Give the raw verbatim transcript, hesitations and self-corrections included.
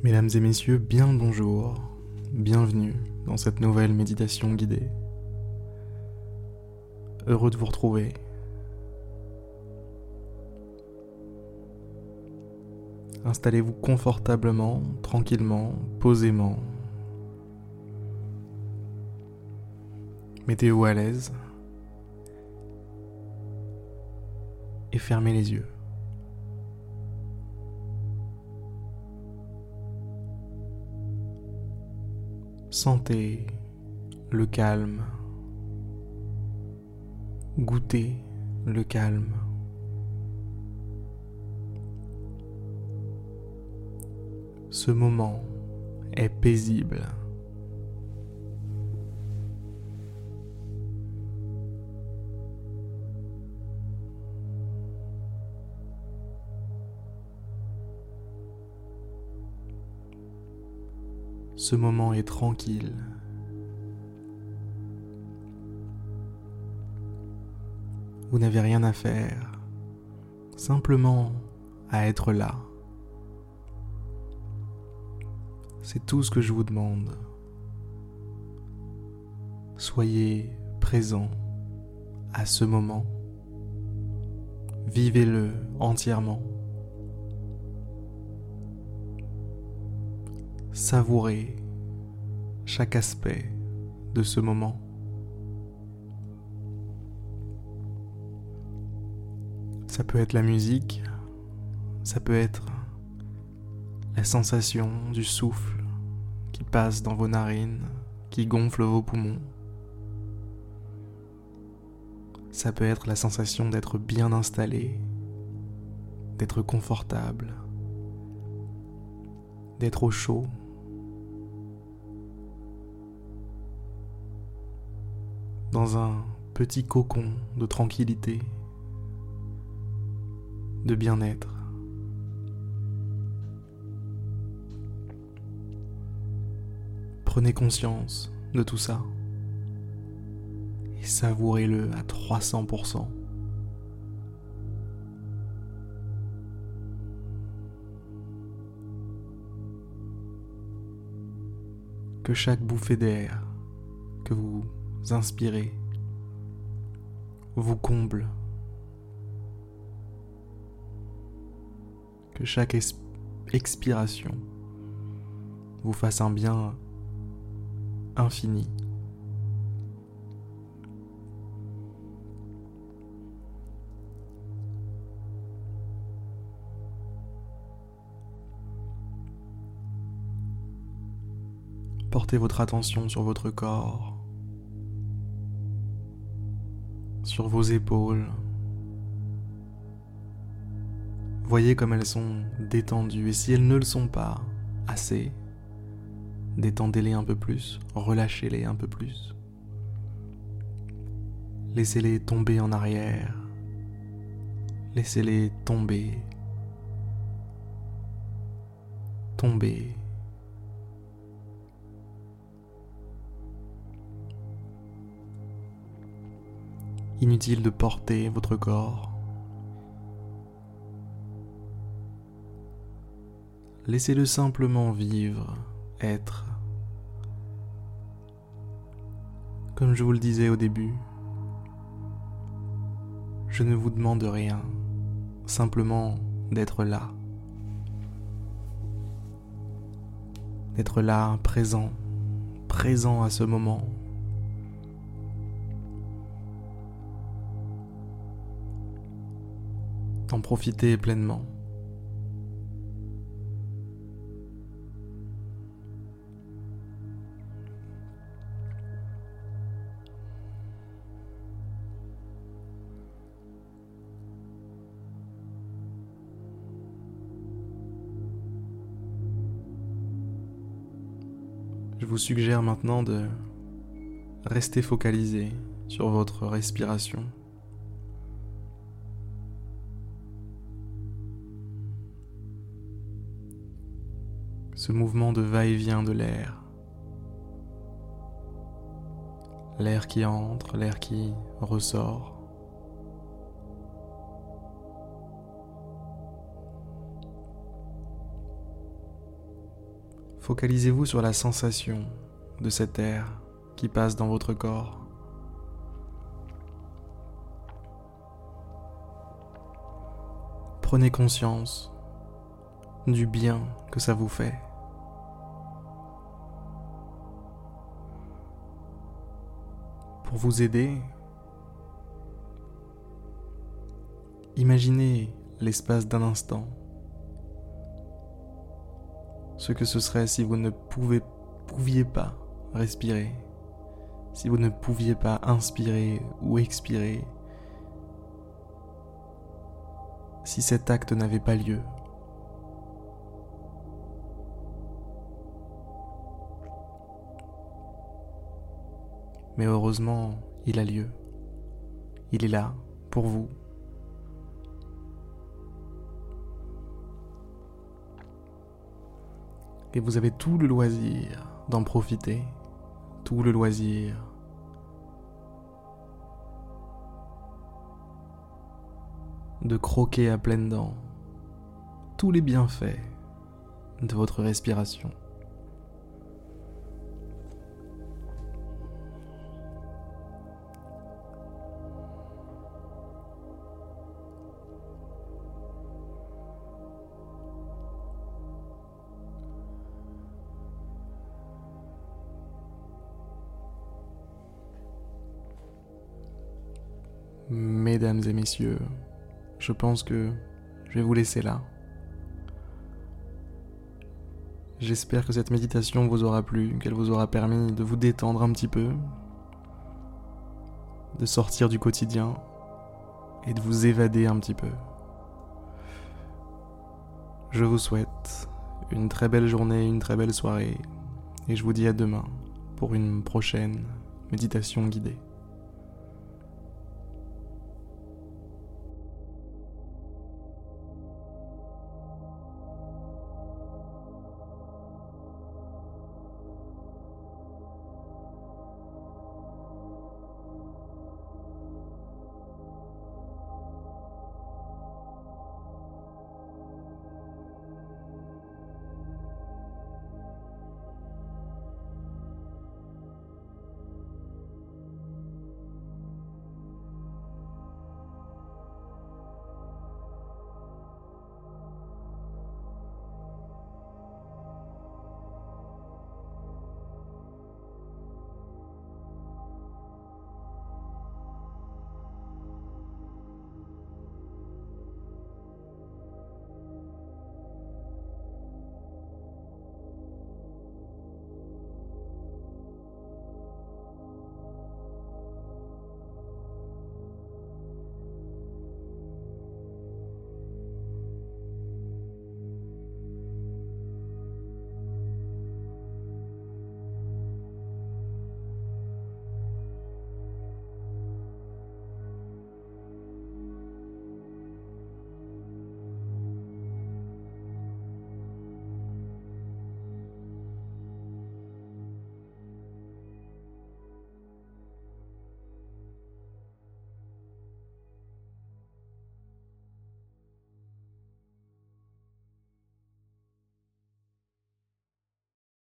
Mesdames et messieurs, bien le bonjour, bienvenue dans cette nouvelle méditation guidée. Heureux de vous retrouver. Installez-vous confortablement, tranquillement, posément. Mettez-vous à l'aise et fermez les yeux. Sentez le calme, goûtez le calme. Ce moment est paisible. Ce moment est tranquille. Vous n'avez rien à faire, simplement à être là. C'est tout ce que je vous demande. Soyez présent à ce moment. Vivez-le entièrement. Savourez chaque aspect de ce moment. Ça peut être la musique, ça peut être la sensation du souffle qui passe dans vos narines, qui gonfle vos poumons. Ça peut être la sensation d'être bien installé, d'être confortable, d'être au chaud. Dans un petit cocon de tranquillité, de bien-être. Prenez conscience de tout ça et savourez-le à trois cents pour cent. Que chaque bouffée d'air que vous inspirez vous comble. Que chaque es- expiration vous fasse un bien infini. Portez votre attention sur votre corps, sur vos épaules. Voyez comme elles sont détendues, et si elles ne le sont pas assez, détendez-les un peu plus, relâchez-les un peu plus. Laissez-les tomber en arrière, laissez-les tomber, tomber. Inutile de porter votre corps. Laissez-le simplement vivre, être. Comme je vous le disais au début, je ne vous demande rien, simplement d'être là. D'être là, présent, présent à ce moment. D'en profiter pleinement. Je vous suggère maintenant de rester focalisé sur votre respiration. Ce mouvement de va-et-vient de l'air. L'air qui entre, l'air qui ressort. Focalisez-vous sur la sensation de cet air qui passe dans votre corps. Prenez conscience du bien que ça vous fait. Pour vous aider, imaginez l'espace d'un instant ce que ce serait si vous ne pouvez, pouviez pas respirer, si vous ne pouviez pas inspirer ou expirer, si cet acte n'avait pas lieu. Mais heureusement, il a lieu. Il est là, pour vous. Et vous avez tout le loisir d'en profiter, tout le loisir de croquer à pleines dents tous les bienfaits de votre respiration. Mesdames et messieurs, je pense que je vais vous laisser là. J'espère que cette méditation vous aura plu, qu'elle vous aura permis de vous détendre un petit peu, de sortir du quotidien et de vous évader un petit peu. Je vous souhaite une très belle journée, une très belle soirée et je vous dis à demain pour une prochaine méditation guidée.